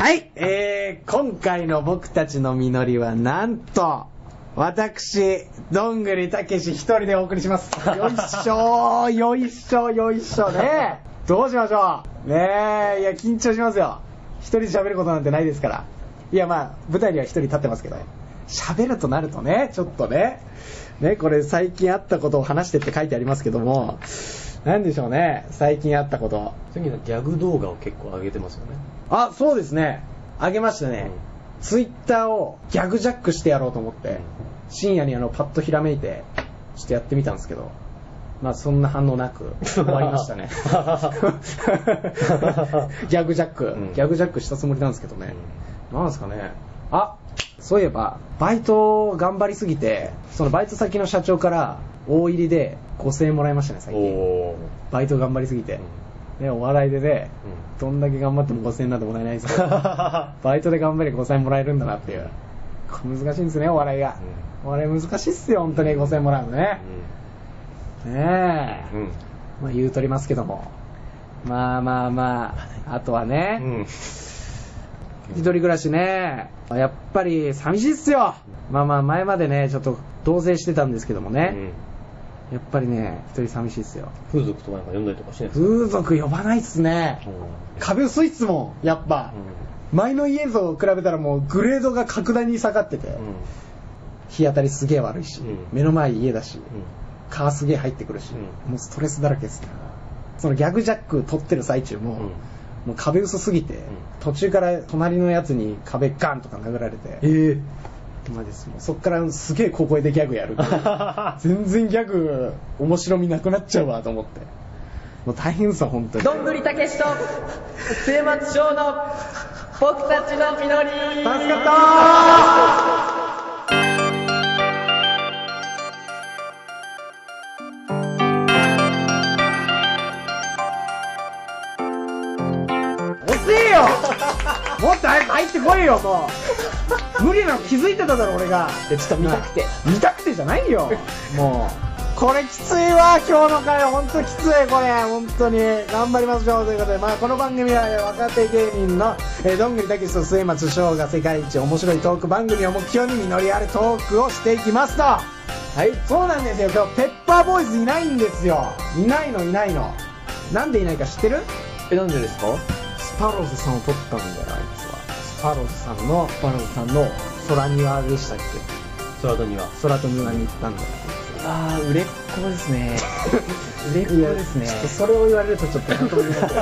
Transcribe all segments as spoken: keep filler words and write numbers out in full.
はい、えー、今回の僕たちの実りはなんと私どんぐりたけし一人でお送りします。よいしょーよいしょよいしょね。どうしましょうね。えいや緊張しますよ。一人で喋ることなんてないですから。いやまあ舞台には一人立ってますけど、喋るとなるとねちょっとねねこれ最近あったことを話してって書いてありますけども、なんでしょうね、最近あったこと。 最近のギャグ動画を結構上げてますよね。 あ、そうですね、上げましたね、うん、ツイッターをギャグジャックしてやろうと思って、うん、深夜にあのパッとひらめいてちょっとやってみたんですけど、まあそんな反応なく終わりましたね。ギャグジャック、うん、ギャグジャックしたつもりなんですけどね、うん、なんですかね。あ、そういえばバイト頑張りすぎて、そのバイト先の社長から大入りでごせんえんもらいましたね最近。バイト頑張りすぎて、うん、ね、お笑いでね、うん、どんだけ頑張ってもごせんえんなんてもらえないですけどバイトで頑張りごせんえんもらえるんだなっていう。難しいんですねお笑いが、うん、お笑い難しいっすよ本当に。ごせんえんもらうのね、うん、ねえ、うん、まあ言うとりますけども、まあまあまああとはね、うん、一人暮らしね、やっぱり寂しいっすよ。まあまあ前までねちょっと同棲してたんですけどもね、うん、やっぱりね一人寂しいっすよ。 風俗とかなんか呼んだりとかしてないですか？ 風俗呼ばないっすね、うん、壁薄いっすもんやっぱ、うん、前の家と比べたらもうグレードが格段に下がってて、うん、日当たりすげえ悪いし、うん、目の前家だし、うん、蚊すげえ入ってくるし、うん、もうストレスだらけっすね。そのギャグジャック撮ってる最中も、うん、もう壁薄すぎて、うん、途中から隣のやつに壁ガンとか殴られて、えーまあですもうそっからすげえ小声でギャグやる全然ギャグ面白みなくなっちゃうわと思って、もう大変さ本当に。 どんぐりたけしと末松翔の僕たちの実り。 助かったー。遅えよもっと早く入ってこいよ。もう無理なの気づいてただろ俺が。 ちょっと見たくて見たくてじゃないよもうこれきついわ今日の回。本当きついこれ本当に。頑張りましょうということで、まあこの番組は若手芸人の、えー、どんぐりたけしと末松翔が世界一面白いトーク番組を目標に実りあるトークをしていきますと。はい、そうなんですよ。今日ペッパーボーイズいないんですよ。いないのいないの。なんでいないか知ってる？ え、なんでですか？ スパローズさんを撮ったんだよあいつは。スパローズさんのスパローズさんの空庭でしたっけ？ 空と庭空と庭に行ったんだよ。 あー売れっ子ですね売れっ子ですね。 ちょっとそれを言われるとちょっとなんとも言えない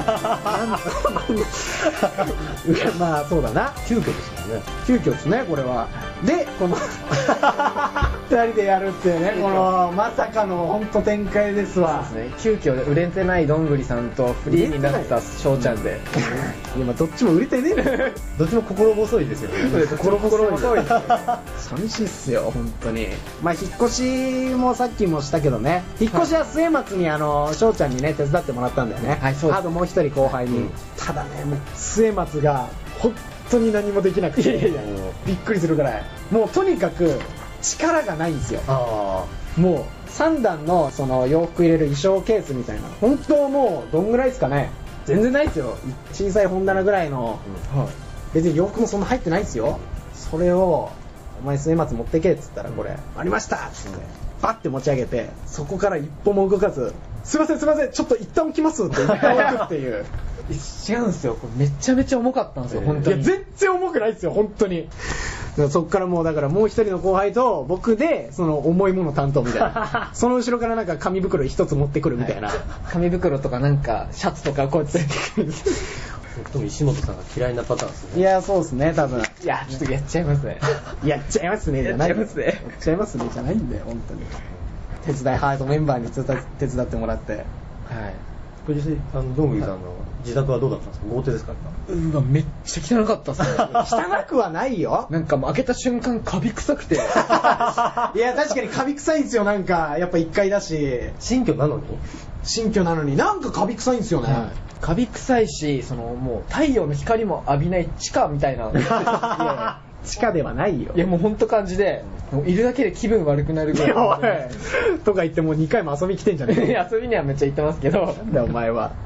けどまあそうだな、 急遽ですよね。 急遽ですねこれは。でこのふたりでやるっていうね、このまさかの本当展開ですわ。 そうですね、急遽売れてないどんぐりさんとフリーになった翔ちゃんで、 いやまあどっちも売れてねえどっちも心細いですよね。 心細い寂しいっすよ本当に。まあ引っ越しもさっきもしたけどね、引っ越しは末松にあの翔ちゃんにね手伝ってもらったんだよね。はい、そうです。あともう一人後輩に、うん、ただねもう末松が本当に何もできなくて、いやいやびっくりするぐらいもうとにかく力がないんですよ。あもうさんだんのその洋服入れる衣装ケースみたいな、本当もうどんぐらいですかね、全然ないですよ。小さい本棚ぐらいの、うんはい、別に洋服もそんな入ってないですよ。それをお前末松持ってけっつったら、これ、うん、ありましたっつって、うん、バッて持ち上げて、そこから一歩も動かず、すいませんすいませんちょっと一旦置きますって一旦置くっていう違うんですよ、これめちゃめちゃ重かったんですよ、えー、本当に。 いや全然重くないですよ本当に。そっからもうだからもう一人の後輩と僕でその重いもの担当みたいなその後ろからなんか紙袋一つ持ってくるみたいな、はい、 紙袋とかなんかシャツとかこうやって特に石本さんが嫌いなパターンですね。 いやそうですね多分。 いやちょっとやっちゃいますねやっちゃいますねじゃない、 やっちゃいますねやっちゃいますねじゃないんだよ本当に。手伝いハートメンバーに手伝ってもらって、はい。 これ実際あのどんぐりさんの自宅はどうだったんですか？豪邸ですか？ うわめっちゃ汚かったっすね汚くはないよ。 なんかもう開けた瞬間カビ臭くていや確かにカビ臭いんですよ。なんかやっぱいっかいだし新居なのに新居なのになんかカビ臭いんですよね、はい、 カビ臭いし、そのもう太陽の光も浴びない地下みたいな。いや地下ではないよ。 いやもうほんと感じで、もういるだけで気分悪くなるぐらい。いやおいとか言ってもうにかいも遊び来てんじゃねえ遊びにはめっちゃ行ってますけど。 なんだお前は。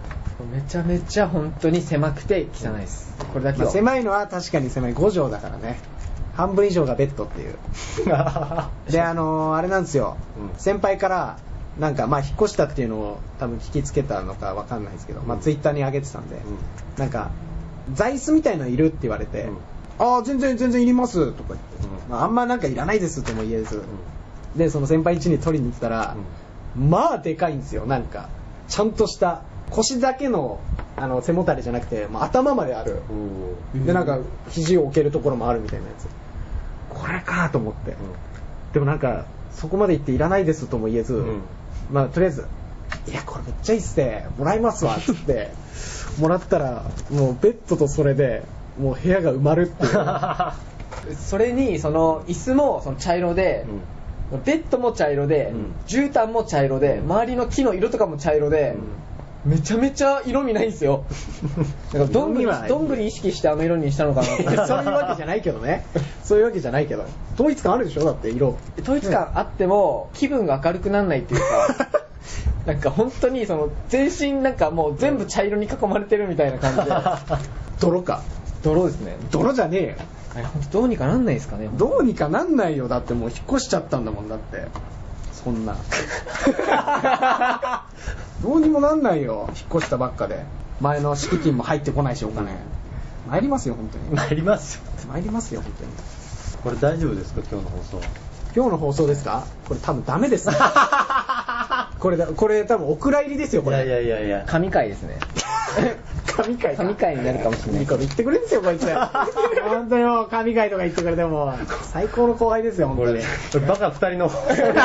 めちゃめちゃ本当に狭くて汚いです。これだけは、 まあ、狭いのは確かに狭い。ご畳だからね、半分以上がベッドっていうで、あのー、あれなんですよ、うん、先輩からなんかまあ引っ越したっていうのを多分聞きつけたのかわかんないですけど、まあ、ツイッターに上げてたんで、うん、なんか座椅子みたいのいるって言われて、うん、ああ全然全然いりますとか言って、うん、まあ、あんまなんかいらないですとも言えず、うん、でその先輩家に取りに行ったら、うん、まあでかいんですよ。なんかちゃんとした腰だけのあの背もたれじゃなくて、まあ、頭まである、うん、でなんか肘を置けるところもあるみたいなやつ、これかと思って、うん、でもなんかそこまで言っていらないですとも言えず、うん、まあとりあえずいやこれめっちゃいいっすねもらいますわっつってもらったらもうベッドとそれでもう部屋が埋まるっていうそれにその椅子もその茶色で、うん、ベッドも茶色で、うん、絨毯も茶色で、周りの木の色とかも茶色で、うん、めちゃめちゃ色味ないんですよなんかどんぐりどんぐり意識してあの色にしたのかなってそういうわけじゃないけどねそういうわけじゃないけど統一感あるでしょ。だって色統一感あっても気分が明るくならないっていうかなんか本当にその全身なんかもう全部茶色に囲まれてるみたいな感じで泥か泥ですね。 泥じゃねえよ。 あれ本当どうにかなんないですかね。 どうにかなんないよ。だってもう引っ越しちゃったんだもん。だってそんなどうにもなんないよ。引っ越したばっかで前の敷金も入ってこないしお金参りますよ本当に。 参りますよ参りますよ本当に。 これ大丈夫ですか今日の放送。 今日の放送ですか。これ多分ダメですねこれだこれ多分お蔵入りですよこれ。 いやいやいやいや神回ですね神回神回になるかもしれない。 いいこと言ってくれるんですよこいつ本当にもう神回とか言ってくれても最高の後輩ですよ本当に。 これバカふたりの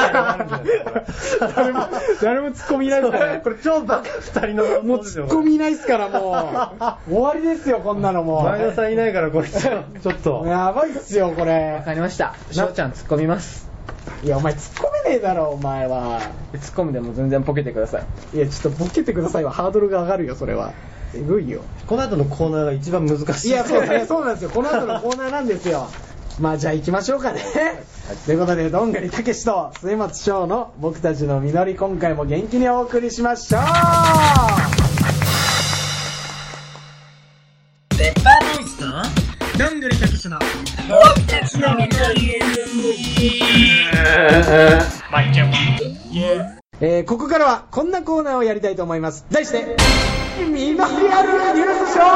誰も誰もツッコミいないですからね。 これ超バカふたりのもうツッコミいないですからもう終わりですよこんなのもう。 前田さんいないからこれちょっとやばいっすよこれ。 わかりました。しょうちゃんツッコみます。 いやお前突っ込めねえだろお前は。 突っ込むでも全然ボケてください。いやちょっとボケてくださいはハードルが上がるよそれは。えぐいよ。 この後のコーナーが一番難しい。 いやそうですねそうなんですよこの後のコーナーなんですよまあじゃあ行きましょうかね、はい、ということでどんぐりたけしと末松翔の僕たちの実り今回も元気にお送りしましょう。 ペッパーボーイズとどんぐりたけしの僕たちの実りえー、ここからはこんなコーナーをやりたいと思います。題して実りあるニュースショー。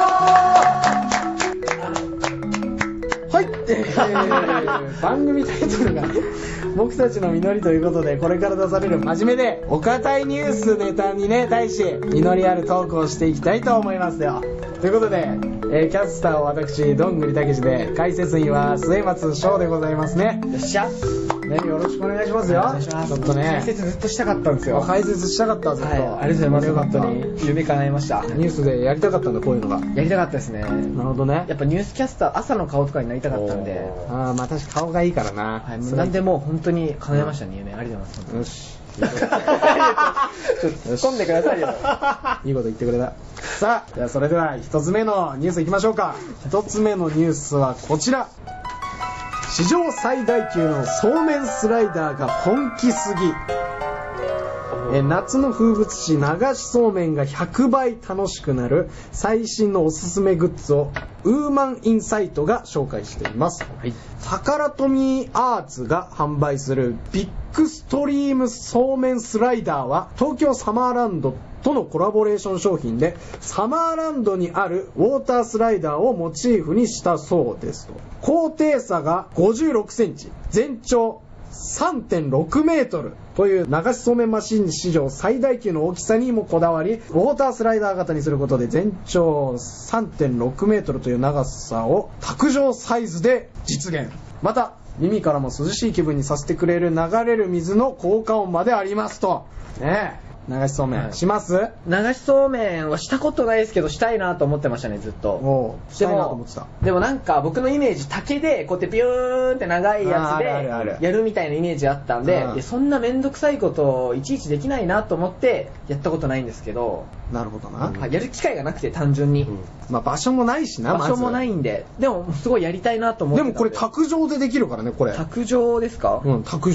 はい、えー、番組タイトルがね僕たちの実りということでこれから出される真面目でお堅いニュースネタにね対し実りあるトークをしていきたいと思いますよ。ということで、えー、キャスターは私どんぐりたけしで解説員は末松翔でございますね。 よっしゃね、よろしくお願いしますよ。 お願いします。 ちょっとね解説ずっとしたかったんですよ。 解説したかったずっと、 はい、ありがとうございます。本当に夢叶えました。 ニュースでやりたかったんだこういうのが。 やりたかったですね。 なるほどね。 やっぱニュースキャスター朝の顔とかになりたかったんで。 ああまあ確か顔がいいからな。 はい、なんでもう本当に叶えましたね、夢。ありがとうございます。 よしちょっと突っ込んでくださいよ。 いいこと言ってくれた。さあじゃあそれでは一つ目のニュースいきましょうか。一つ目のニュースはこちら。史上最大級のそうめんスライダーが本気すぎ。え夏の風物詩流しそうめんがひゃくばい楽しくなる最新のおすすめグッズをウーマンインサイトが紹介しています、はい、タカラトミーアーツが販売するビッグストリームそうめんスライダーは東京サマーランドとのコラボレーション商品でサマーランドにあるウォータースライダーをモチーフにしたそうですと。高低差がごじゅうろくセンチ、全長 さんてんろくメートルという流しそうめんマシン史上最大級の大きさにもこだわり、ウォータースライダー型にすることで全長 さんてんろくメートルという長さを卓上サイズで実現。また耳からも涼しい気分にさせてくれる流れる水の効果音までありますと。ねえ流しそうめんします？ 流しそうめんはしたことないですけどしたいなと思ってましたねずっと。 おうしたいなと思ってた。 でもなんか僕のイメージ竹でこうやってピューンって長いやつでやるみたいなイメージあったんで、いやそんなめんどくさいことをいちいちできないなと思ってやったことないんですけど。 なるほどな、 うん、やる機会がなくて単純に、うん、 まあ場所もないしな。 場所もないんで、でもすごいやりたいなと思ってたんで。 でもこれ卓上でできるからねこれ。 卓上ですか？ うん卓上。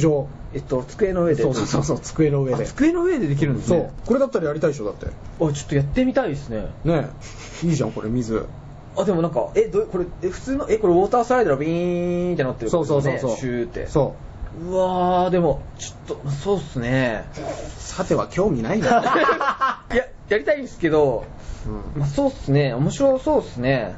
えっと机の上で。 そうそうそうそう、机の上で。 机の上でできるんですね。 そう。これだったらやりたいでしょ、だって。 あ、ちょっとやってみたいですね。 ねえ。いいじゃん、これ、水。 あ、でもなんか、え、どこれ、え、普通の、え、これウォータースライダービーンってなってる、ね。 そうそうそうそう。 シューって。 そう。 うわー、でも、ちょっと、そうっすね。 さては興味ないんだ。 いや、やりたいんですけど、うん、まあ、そうっすね。面白そうっすね。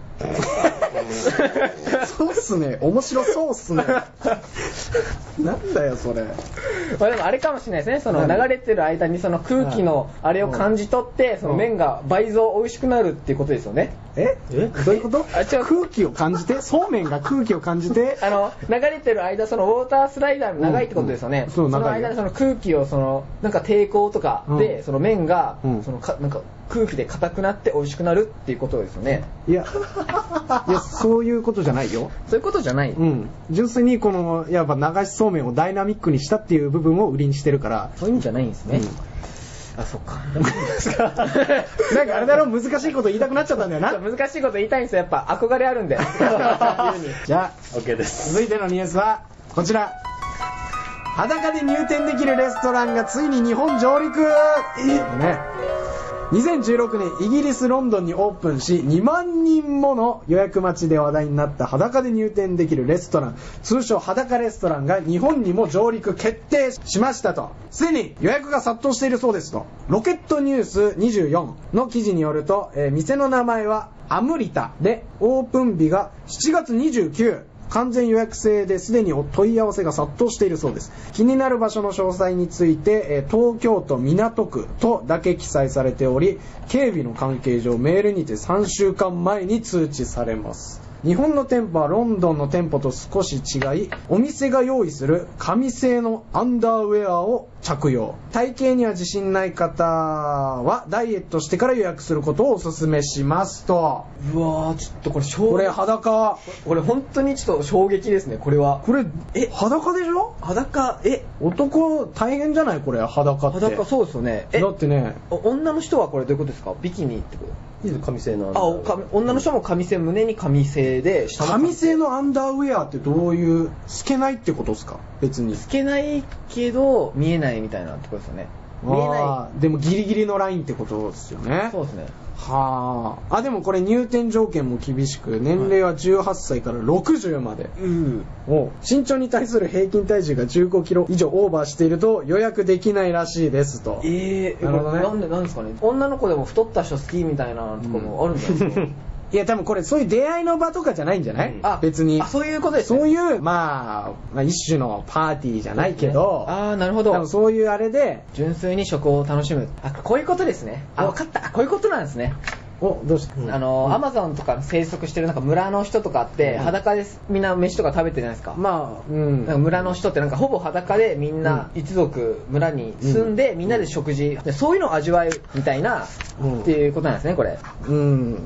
そうっすね。面白そうっすね。なんだよそれ。 まあでもあれかもしれないですね。その流れてる間にその空気のあれを感じ取って、その麺が倍増美味しくなるっていうことですよね。 え？え？どういうこと？あ、違う。空気を感じて、そうめんが空気を感じて、 あの流れてる間そのウォータースライダーの長いってことですよね。うんうん、その間にその空気をそのなんか抵抗とかで、うん、その麺が、うん、そのかなんか空気で硬くなって美味しくなるっていうことですよね。 いや、いやそういうことじゃないよ。 そういうことじゃない。 うん。純粋にこのやっぱ流しそうめんをダイナミックにしたっていう部分を売りにしてるから。 そういうんじゃないんですね。うん、あ、そっか。 なんかあれだろ、難しいこと言いたくなっちゃったんだよな。 難しいこと言いたいんですよ。やっぱ憧れあるんで。 じゃあ OK です。続いてのニュースはこちら。裸で入店できるレストランがついに日本上陸。ね。にせんじゅうろくねんイギリスロンドンにオープンしにまんにんもの予約待ちで話題になった裸で入店できるレストラン、通称裸レストランが日本にも上陸決定しましたと。すでに予約が殺到しているそうですと。ロケットニュースにじゅうよんの記事によると、えー、店の名前はアムリタでオープン日がしちがつにじゅうくにち、完全予約制ですでにお問い合わせが殺到しているそうです。気になる場所の詳細について東京都港区とだけ記載されており、警備の関係上メールにてさんしゅうかんまえに通知されます。日本の店舗はロンドンの店舗と少し違い、お店が用意する紙製のアンダーウェアを着用。体型には自信ない方はダイエットしてから予約することをお勧めしますと。 うわー、ちょっとこれ衝撃。 これ裸。 これ本当にちょっと衝撃ですね、これは。 これ、え、裸でしょ？ 裸、え、 男大変じゃないこれ、裸って。 裸、そうですよね。 え、だってね、 女の人はこれどういうことですか？ビキニってこと？ 紙製のあ、女の人も紙製、胸に紙製で、 紙製のアンダーウェアってどういう、透けないってことですか？別に透けないけど見えないみたいなってことですよね。見えない。 でもギリギリのラインってことですよね。 そうですね。 はあ。あ、でもこれ入店条件も厳しく、年齢はじゅうはっさいからろくじゅうまで。うん。お、身長に対する平均体重がじゅうごキロ以上オーバーしていると予約できないらしいですと。 えー、なるほどね。なんでなんですかね。女の子でも太った人好きみたいなとこもあるんじゃないですか。 いや多分これそういう出会いの場とかじゃないんじゃない？ あ、 別に。 あ、そういうことですね。 そういう、まあ、まあ、一種のパーティーじゃないけど、 ね、ああ、なるほど。 多分そういうあれで純粋に食を楽しむ。あ、こういうことですね。あ、分かった。こういうことなんですね。 お、どうした？ あの、アマゾンとか生息してるなんか村の人とかって、うん、裸でみんな飯とか食べてるじゃないですか。 まあ、うん。 なんか村の人ってなんかほぼ裸でみんな一族、村に住んで、うん、みんなで食事、でそういうのを味わうみたいな、うん、っていうことなんですね、これ。 うん、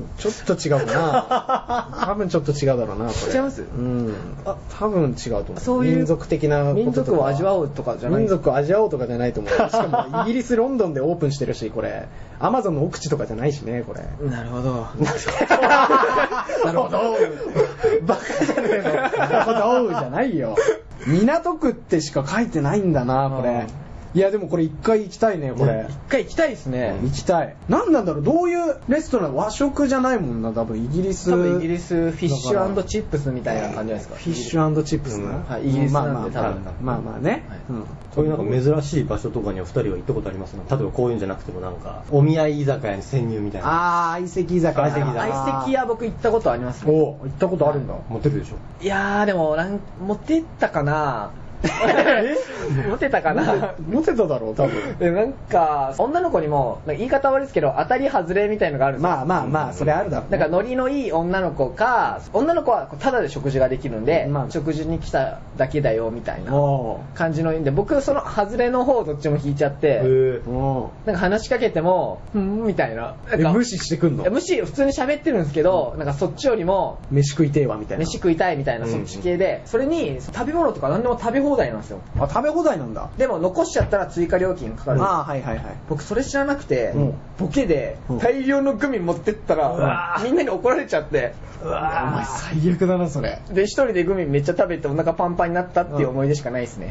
ちょっと違うかな。多分ちょっと違うだろうな、これ。 違います？ うん。あ、多分違うと思う。 そういう民族的なこととか。 民族を味わおうとかじゃない。 民族を味わおうとかじゃないと思う。しかもイギリスロンドンでオープンしてるし、これ。アマゾンの奥地とかじゃないしね、これ。 なるほど。 なるほど。バカじゃねえの。なるほどじゃないよ。港区ってしか書いてないんだな、これ。いやでもこれ一回行きたいね、これ。 一回行きたいですね。 行きたい。なんなんだろう、どういうレストラン？和食じゃないもんな、多分イギリス。 多分イギリスフィッシュ&チップスみたいな感じじゃないですか。 フィッシュ&チップスな。 はい、イギリスなんで多分。 まあまあね。 こういうなんか珍しい場所とかにはふたりは行ったことありますね。例えばこういうんじゃなくてもなんかお見合い居酒屋に潜入みたいな。 ああ、相席居酒屋。 相席屋僕行ったことありますね。 お、行ったことあるんだ。 持ってるでしょ。 いやーでもなん持ってったかな。モテたかな。 モテただろう多分。 でなんか女の子にもなんか言い方悪いですけど当たり外れみたいのがあるんですよ。 まあまあまあそれあるだろう、ね。 なんかノリのいい女の子か、女の子はタダで食事ができるんで、まあ、食事に来ただけだよみたいな感じのいいんで、僕その外れの方どっちも引いちゃって、なんか話しかけてもんみたいな。なんか無視してくんの？ 無視普通に喋ってるんですけど、なんかそっちよりも飯食いてえわみたいな。 飯食いたいみたいなそっち系で、それに食べ物とか何でも食べ放放題なんですよ。 あ、食べ放題なんだ。 でも残しちゃったら追加料金かかる。 ああ、はいはいはい。 僕それ知らなくて、 うんボケで大量のグミ持ってったら、みんなに怒られちゃって、 うわお前最悪だなそれ。 で一人でグミめっちゃ食べてお腹パンパンになったっていう思い出しかないですね。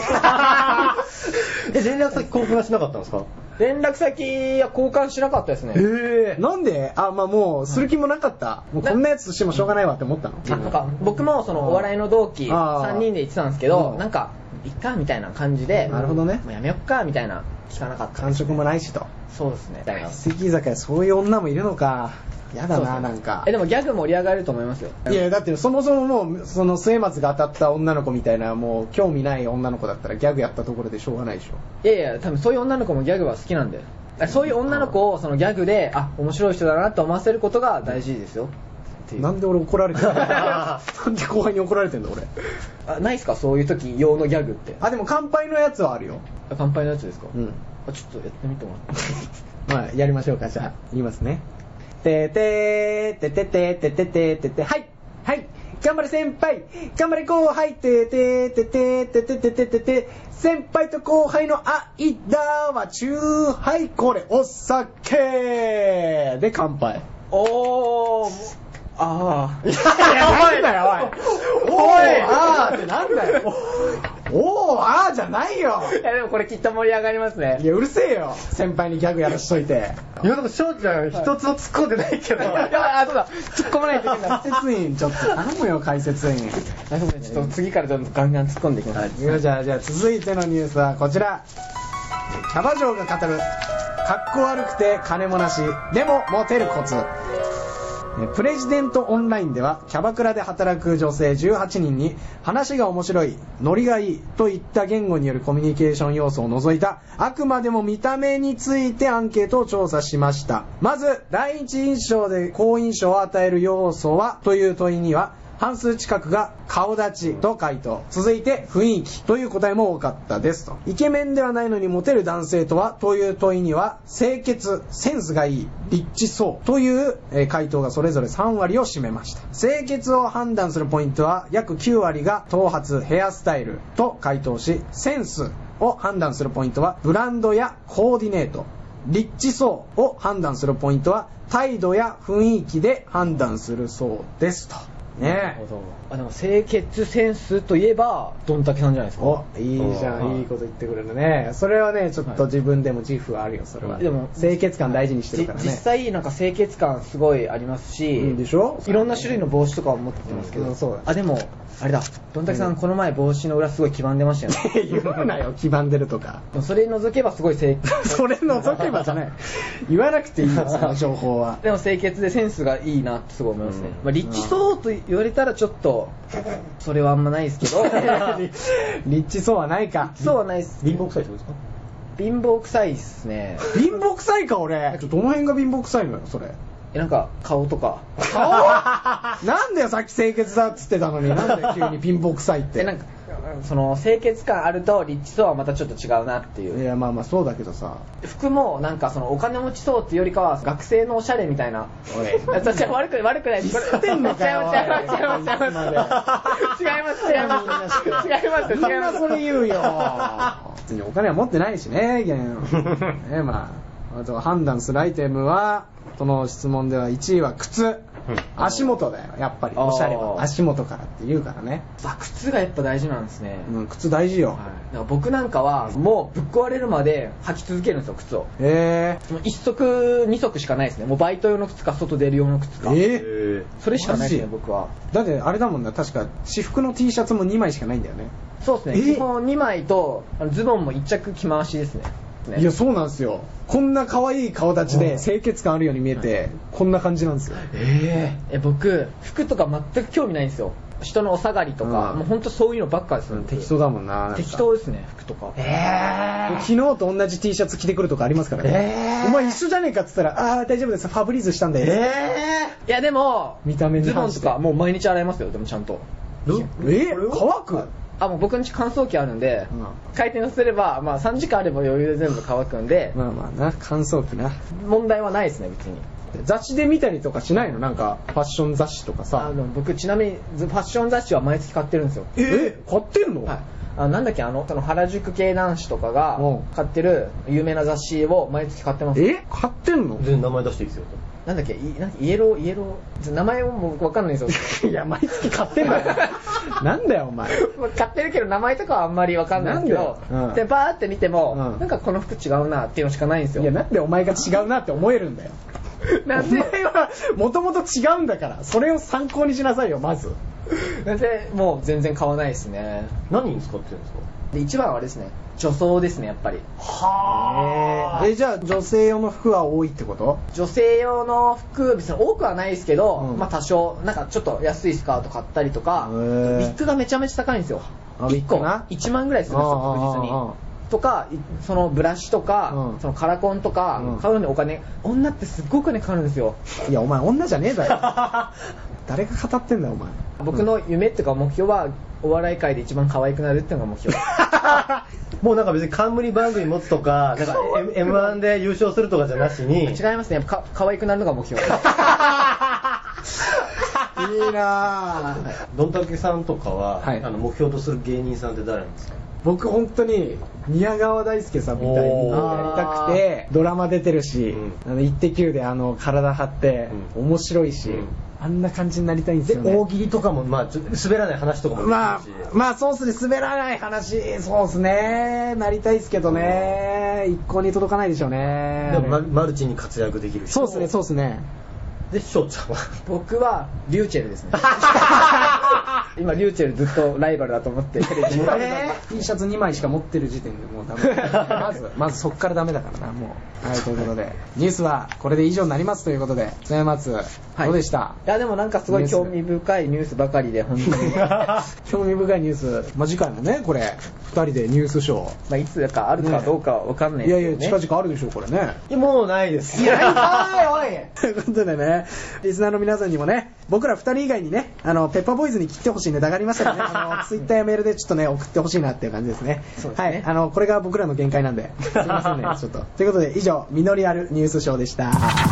え、連絡先交換はしなかったんですか？ 連絡先は交換しなかったですね。 えー、なんで？あ、まあもうする気もなかった。もうこんなやつとしてもしょうがないわって思ったの。 あなんか僕もそのお笑いの同期あーさんにんで行ってたんですけど、 うんなんかいっかみたいな感じで、 なるほどねもうやめよっかみたいな聞かなかった。 感触もないしと。 そうですね。 相席居酒屋そういう女もいるのか。やだな、 そうですねなんかえ。でもギャグ盛り上がると思いますよ。 いやだってそもそももうその末松が当たった女の子みたいなもう興味ない女の子だったらギャグやったところでしょうがないでしょ。 いやいや多分そういう女の子もギャグは好きなんで、そういう女の子をそのギャグであ面白い人だなと思わせることが大事ですよ。っていうなんで俺怒られてんの？なんで後輩に怒られてんの俺。 あないっすかそういう時用のギャグって。 あでも乾杯のやつはあるよ。 あ乾杯のやつですか？ うん。 あちょっとやってみてもらってまあやりましょうか。じゃあ言いますね。ててててててててててはいはい頑張れ先輩頑張れ後輩てててててててててて先輩と後輩の間はチューハイこれお酒で乾杯。 おーあーいやなんだよおいおいあーってなんだよおーあーじゃないよ。 いやでもこれきっと盛り上がりますね。 いやうるせえよ先輩にギャグやらしといて。 いやでも翔ちゃん一つも突っ込んでないけど。 いやあそうだ突っ込まないといけない。 解説員ちょっと頼むよ解説員。 あそうねちょっと次からちょっとガンガン突っ込んでいきます。 いやじゃあじゃあ続いてのニュースはこちら。キャバ嬢が語るかっこ悪くて金もなしでもモテるコツ。プレジデントオンラインではキャバクラで働く女性じゅうはちにんに話が面白い、ノリがいいといった言語によるコミュニケーション要素を除いたあくまでも見た目についてアンケートを調査しました。まず第一印象で好印象を与える要素はという問いには半数近くが顔立ちと回答。続いて雰囲気という答えも多かったですと。イケメンではないのにモテる男性とはという問いには清潔、センスがいい、リッチそうという回答がそれぞれさんわりを占めました。清潔を判断するポイントは約きゅうわりが頭髪、ヘアスタイルと回答し、センスを判断するポイントはブランドやコーディネート、リッチそうを判断するポイントは態度や雰囲気で判断するそうですと。ねえ。 あでも清潔センスといえばドンタケさんじゃないですか。 おいいじゃん、いいこと言ってくれるね。それはねちょっと自分でも自負はあるよそれは。 でも清潔感大事にしてるからね。 実際なんか清潔感すごいありますし、 うんでしょ。 いろんな種類の帽子とかを持ってますけど、 うんそうだあでもあれだドンタケさん、この前帽子の裏すごい黄ばんでましたよね。 言うなよ黄ばんでるとか。 でもそれ除けばすごい清潔。 それ除けばじゃない言わなくていいよその情報は。 でも清潔でセンスがいいなってすごい思いますね。 うんまあ、リッチそうと言われたらちょっとそれはあんまないですけど。 リッチそうはないか。 そうはないです。 貧乏臭いってことですか？ 貧乏臭いっすね。 貧乏臭いか俺。どの辺が貧乏臭いのよそれ。 えなんか顔とか。 顔なんだよさっき清潔だっつってたのになんで急に貧乏臭いって。 えなんかその清潔感あるとリッチそうはまたちょっと違うなっていう。 いやまあまあそうだけどさ。 服もなんかそのお金持ちそうっていうよりかは学生のおしゃれみたいな。 おい私は悪く悪くないです。 知ってんのかよ違います違います違います違います違います違います違いますみんなそれ言うよ。別にお金は持ってないしね、ゲン。ねまあ、あと判断するアイテムは、この質問ではいちいは靴。足元だよ、やっぱり。おしゃれは足元からって言うからね。 あ靴がやっぱ大事なんですね。 うん、靴大事よ。 はい、だから僕なんかはもうぶっ壊れるまで履き続けるんですよ靴を。 へもう一足二足しかないですね。もうバイト用の靴か外出る用の靴か。 えええそれしかないですねマジ僕は。 だってあれだもんな、確か私服の T シャツもにまいしかないんだよね。 そうですね。 え基本にまいとあのズボンもいっ着着回しですね。ねいやそうなんですよ。こんな可愛い顔立ちで清潔感あるように見えてこんな感じなんですよ。 えー、え僕服とか全く興味ないんですよ。人のお下がりとか、 うんもう本当そういうのばっかですよ、僕適当だもんな。なんか適当ですね服とか。 えー、昨日と同じ T シャツ着てくるとかありますからね。 えーお前一緒じゃねえかって言ったら、あー大丈夫ですファブリーズしたんで。 えー、いやでも見た目にズボン関してとかもう毎日洗いますよ。でもちゃんとえー、乾く。 あもう僕んち乾燥機あるんで、 うん回転すれば、まあ、さんじかんあれば余裕で全部乾くんで、 まあまあな、乾燥機な。 問題はないですね別に。 って雑誌で見たりとかしないの？なんかファッション雑誌とかあさ。 の僕ちなみにファッション雑誌は毎月買ってるんですよ。 え買ってんの？ はい。あなんだっけあのその原宿系男子とかがうん買ってる有名な雑誌を毎月買ってます。 え買ってんの？ 全然名前出していいですよ。 なんだっけいなんかイエローイエロー名前も僕わかんないんですよ。 いや毎月買ってんだよ。なんだよお前。 買ってるけど名前とかはあんまりわかんないんですけど、 なんだようんでバーって見ても、 うんなんかこの服違うなっていうのしかないんですよ。 いやなんでお前が違うなって思えるんだよ。 なんでお前はもともと違うんだからそれを参考にしなさいよまず。 なんでもう全然買わないですね。 何に使ってるんですか？ で一番はあれですね女装ですねやっぱり。 はあ。えじゃあ女性用の服は多いってこと？ 女性用の服別に多くはないですけど、 うんまあ多少なんかちょっと安いスカート買ったりとか、ウへーィッグがめちゃめちゃ高いんですよ。 あいっこウィッグないちまんぐらいするんですよ確実に。 ああああとかいそのブラシとか、 うんそのカラコンとか、 うん買うのにお金女ってすっごいお金かかるんですよ。 いやお前女じゃねえだよ。誰が語ってんだよお前。 僕の夢っていうか目標はお笑い界で一番可愛くなるっていうのが目標。 もうなんか別に冠番組持つとか、なんか エムワン で優勝するとかじゃなしに。 違いますね。か可愛くなるのが目標。 いいなぁ。 どんたけさんとかは、 はいあの目標とする芸人さんって誰なんですか？ 僕本当に宮川大輔さんみたいにやりたくてドラマ出てるし、 うんあのイッテ Q であの体張ってうん面白いし、 うんあんな感じになりたいんですで、 よね。 大喜利とかも、まあちょっと滑らない話とかもできるし。 まあまあそうっすね、滑らない話そうっすね、なりたいですけどね、一向に届かないでしょうね。 でもマルマルチに活躍できるし。 そうっすねそうっすね。 で、翔ちゃんは僕はリューチェルですね。今リューチェルずっとライバルだと思ってテレビに。 えー T シャツにまいしか持ってる時点でもうダメまずまずそっからダメだからなもう。はいということでニュースはこれで以上になりますということで曽山松、どうでした？ いやでもなんかすごい興味深いニュースばかりで本当に。 興味深いニュース、まあ、次回もねこれふたりでニュースショー、 まあいつかあるかどうかは分かんないいですけどね。 やいや近々あるでしょうこれね。 もうないです。 いやおいおいということでね、リスナーの皆さんにもね、僕らふたり以外にね、あのペッパーボーイズに切ってほしいネタがありましたらね、あのツイッターやメールでちょっとね送ってほしいなっていう感じですね。 そうですねはい、あのこれが僕らの限界なんで、すいませんねちょっと。ということで以上ミノリアルニュースショーでした。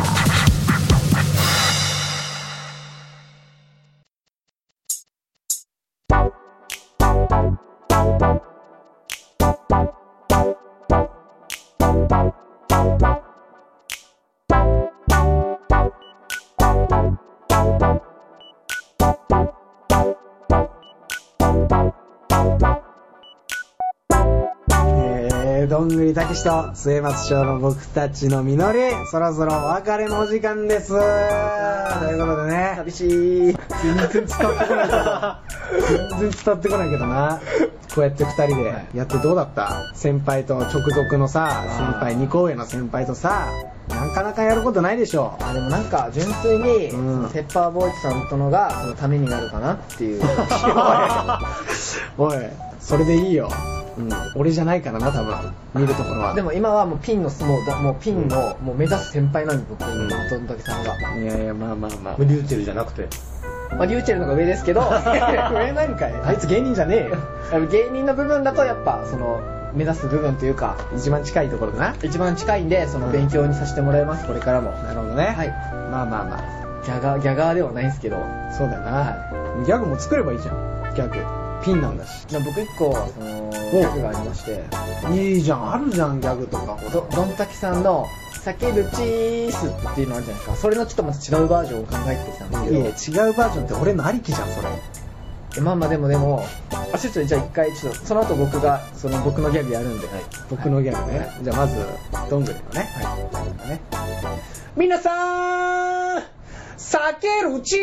えー、どんぐりたけしと末松翔の僕たちの実り、そろそろお別れのお時間です。ということでね、 寂しい。 全然伝わってこないけど全然伝わってこないけどな。こうやってふたりでやってどうだった？先輩と直属のさ、先輩にこ上の先輩とさ、なかなかやることないでしょ。 あでもなんか純粋に、 うんそのペッパーボーイズさんとのがそのためになるかなっていう。 おい、それでいいよ。うん、俺じゃないからな多分見るところは。 でも今はもうピンのもうだもうピンの、もう目指す先輩なんで僕今どんだけさんが。 いやいやまあまあまあ。 リューチェルじゃなくて。 まあ、リューチェルの方が上ですけど上なんかい。あいつ芸人じゃねえよ。 あの芸人の部分だとやっぱその目指す部分というか一番近いところだな。 一番近いんでその勉強にさせてもらいますこれからも。 なるほどね。 はい。 まあまあまあ。 ギャガーギャガーではないんですけど、 そうだよな。ギャグも作ればいいじゃん。ギャグ。ピンなんだし。 まあ僕一個そのギャグがありまして、 いいじゃん、あるじゃん、ギャグとか。 どどんたきさんの避けるチースっていうのあるじゃないですか。それのちょっとまた違うバージョンを考えてきたんですけど。 いや違うバージョンって俺のありきじゃん、それ。 えまあまあでもでも、あ、ちょっとじゃあ一回ちょっとその後僕がその僕のギャグやるんで、はい、 僕のギャグね。じゃあまず、どんぐりのね。はい。ね。皆さん、避けるチ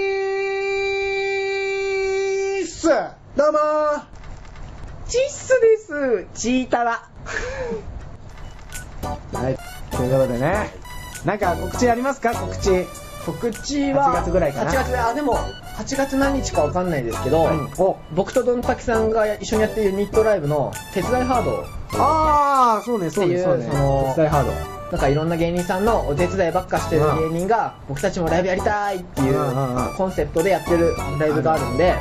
ースどうもーチッスですチータラはい。ということでね。なんか告知ありますか？告知。 告知ははちがつぐらいかな。 はちがつ、あ、でもはちがつ何日かわかんないですけど、 うん、お僕とどんたきさんが一緒にやっているユニットライブの手伝いハードあー、そうね、そうね、そうね。 っていうその手伝いハード。 なんかいろんな芸人さんのお手伝いばっかしてる芸人が僕たちもライブやりたいっていううんうんうんコンセプトでやってるライブがあるんで、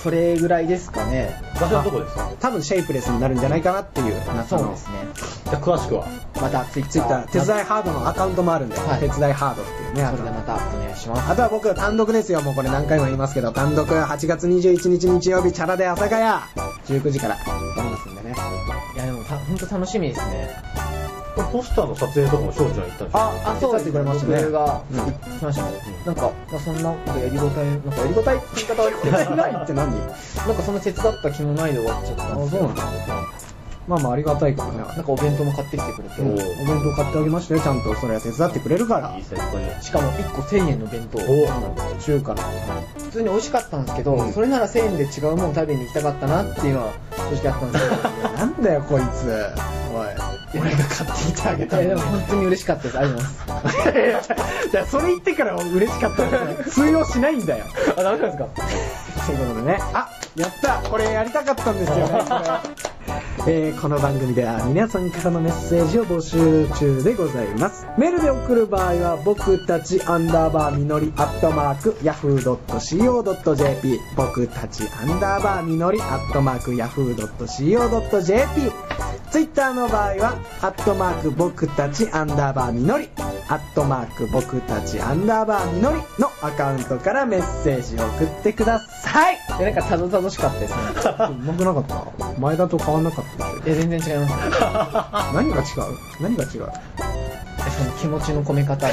それぐらいですかね。 場所はどこですか？ 多分シェイプレスになるんじゃないかなっていう夏のそうですね。 じゃあ詳しくはまたツイッツイッタターー手伝いハードのアカウントもあるんで、 はい手伝いハードっていうね、 それでまたお願いします。 あとは僕単独ですよ。もうこれ何回も言いますけど、単独はちがつにじゅういちにち日曜日チャラで朝ヶ谷じゅうくじからやりますんでね。 いやでも本当楽しみですね。 これポスターの撮影とかも翔ちゃん行ったんですか？ あ、そうですね。 手伝ってくれましたね僕がうん行きましたね。なんか、まあ、そんな、なんかやりごたえ、なんかやりごたえって言い方悪くて、 手伝いって何？ なんかその手伝った気もないで終わっちゃったんですよ。 あそうなんだまあまあありがたいからね。 なんかお弁当も買ってきてくれて、 おお弁当買ってあげましたよ、ちゃんと。それは手伝ってくれるからいい。先輩。 しかもいっこせんえんの弁当。 お中華の。 普通に美味しかったんですけど、 うんそれならせんえんで違うもの食べに行きたかったなっていうのは正直あったんですけど。 なんだよこいつ。おい。俺が買ってきてあげたいやんだよ。 でも本当に嬉しかったです。ありがとうございます。 じゃあそれ言ってから嬉しかったんだよ。通用しないんだよ。 あ、ダメなんですか？ ということでね。あ、やったこれやりたかったんですよね、これ。えー、この番組では皆さんからのメッセージを募集中でございます。メールで送る場合は僕たちアンダーバーみのりアットマークヤフー ドットシーオー ドット ジェーピー 僕たちアンダーバーみのりアットマークヤフー ドットシーオー ドット ジェーピー ツイッターの場合はアットマーク僕たちアンダーバーみのりアットマーク僕たちアンダーバーみのりのアカウントからメッセージを送ってください。 いやなんかたどたどしかったですね。 うまくなかった前田と変わんなかったでしょ。 いや全然違います。 何が違う何が違うその気持ちの込め方。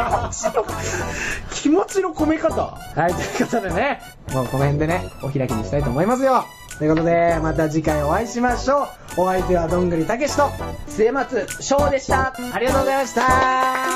気持ちの込め方。はいということでね、もうこの辺でねお開きにしたいと思いますよ。ということでまた次回お会いしましょう。お相手はどんぐりたけしと末松翔でした。 ありがとうございました。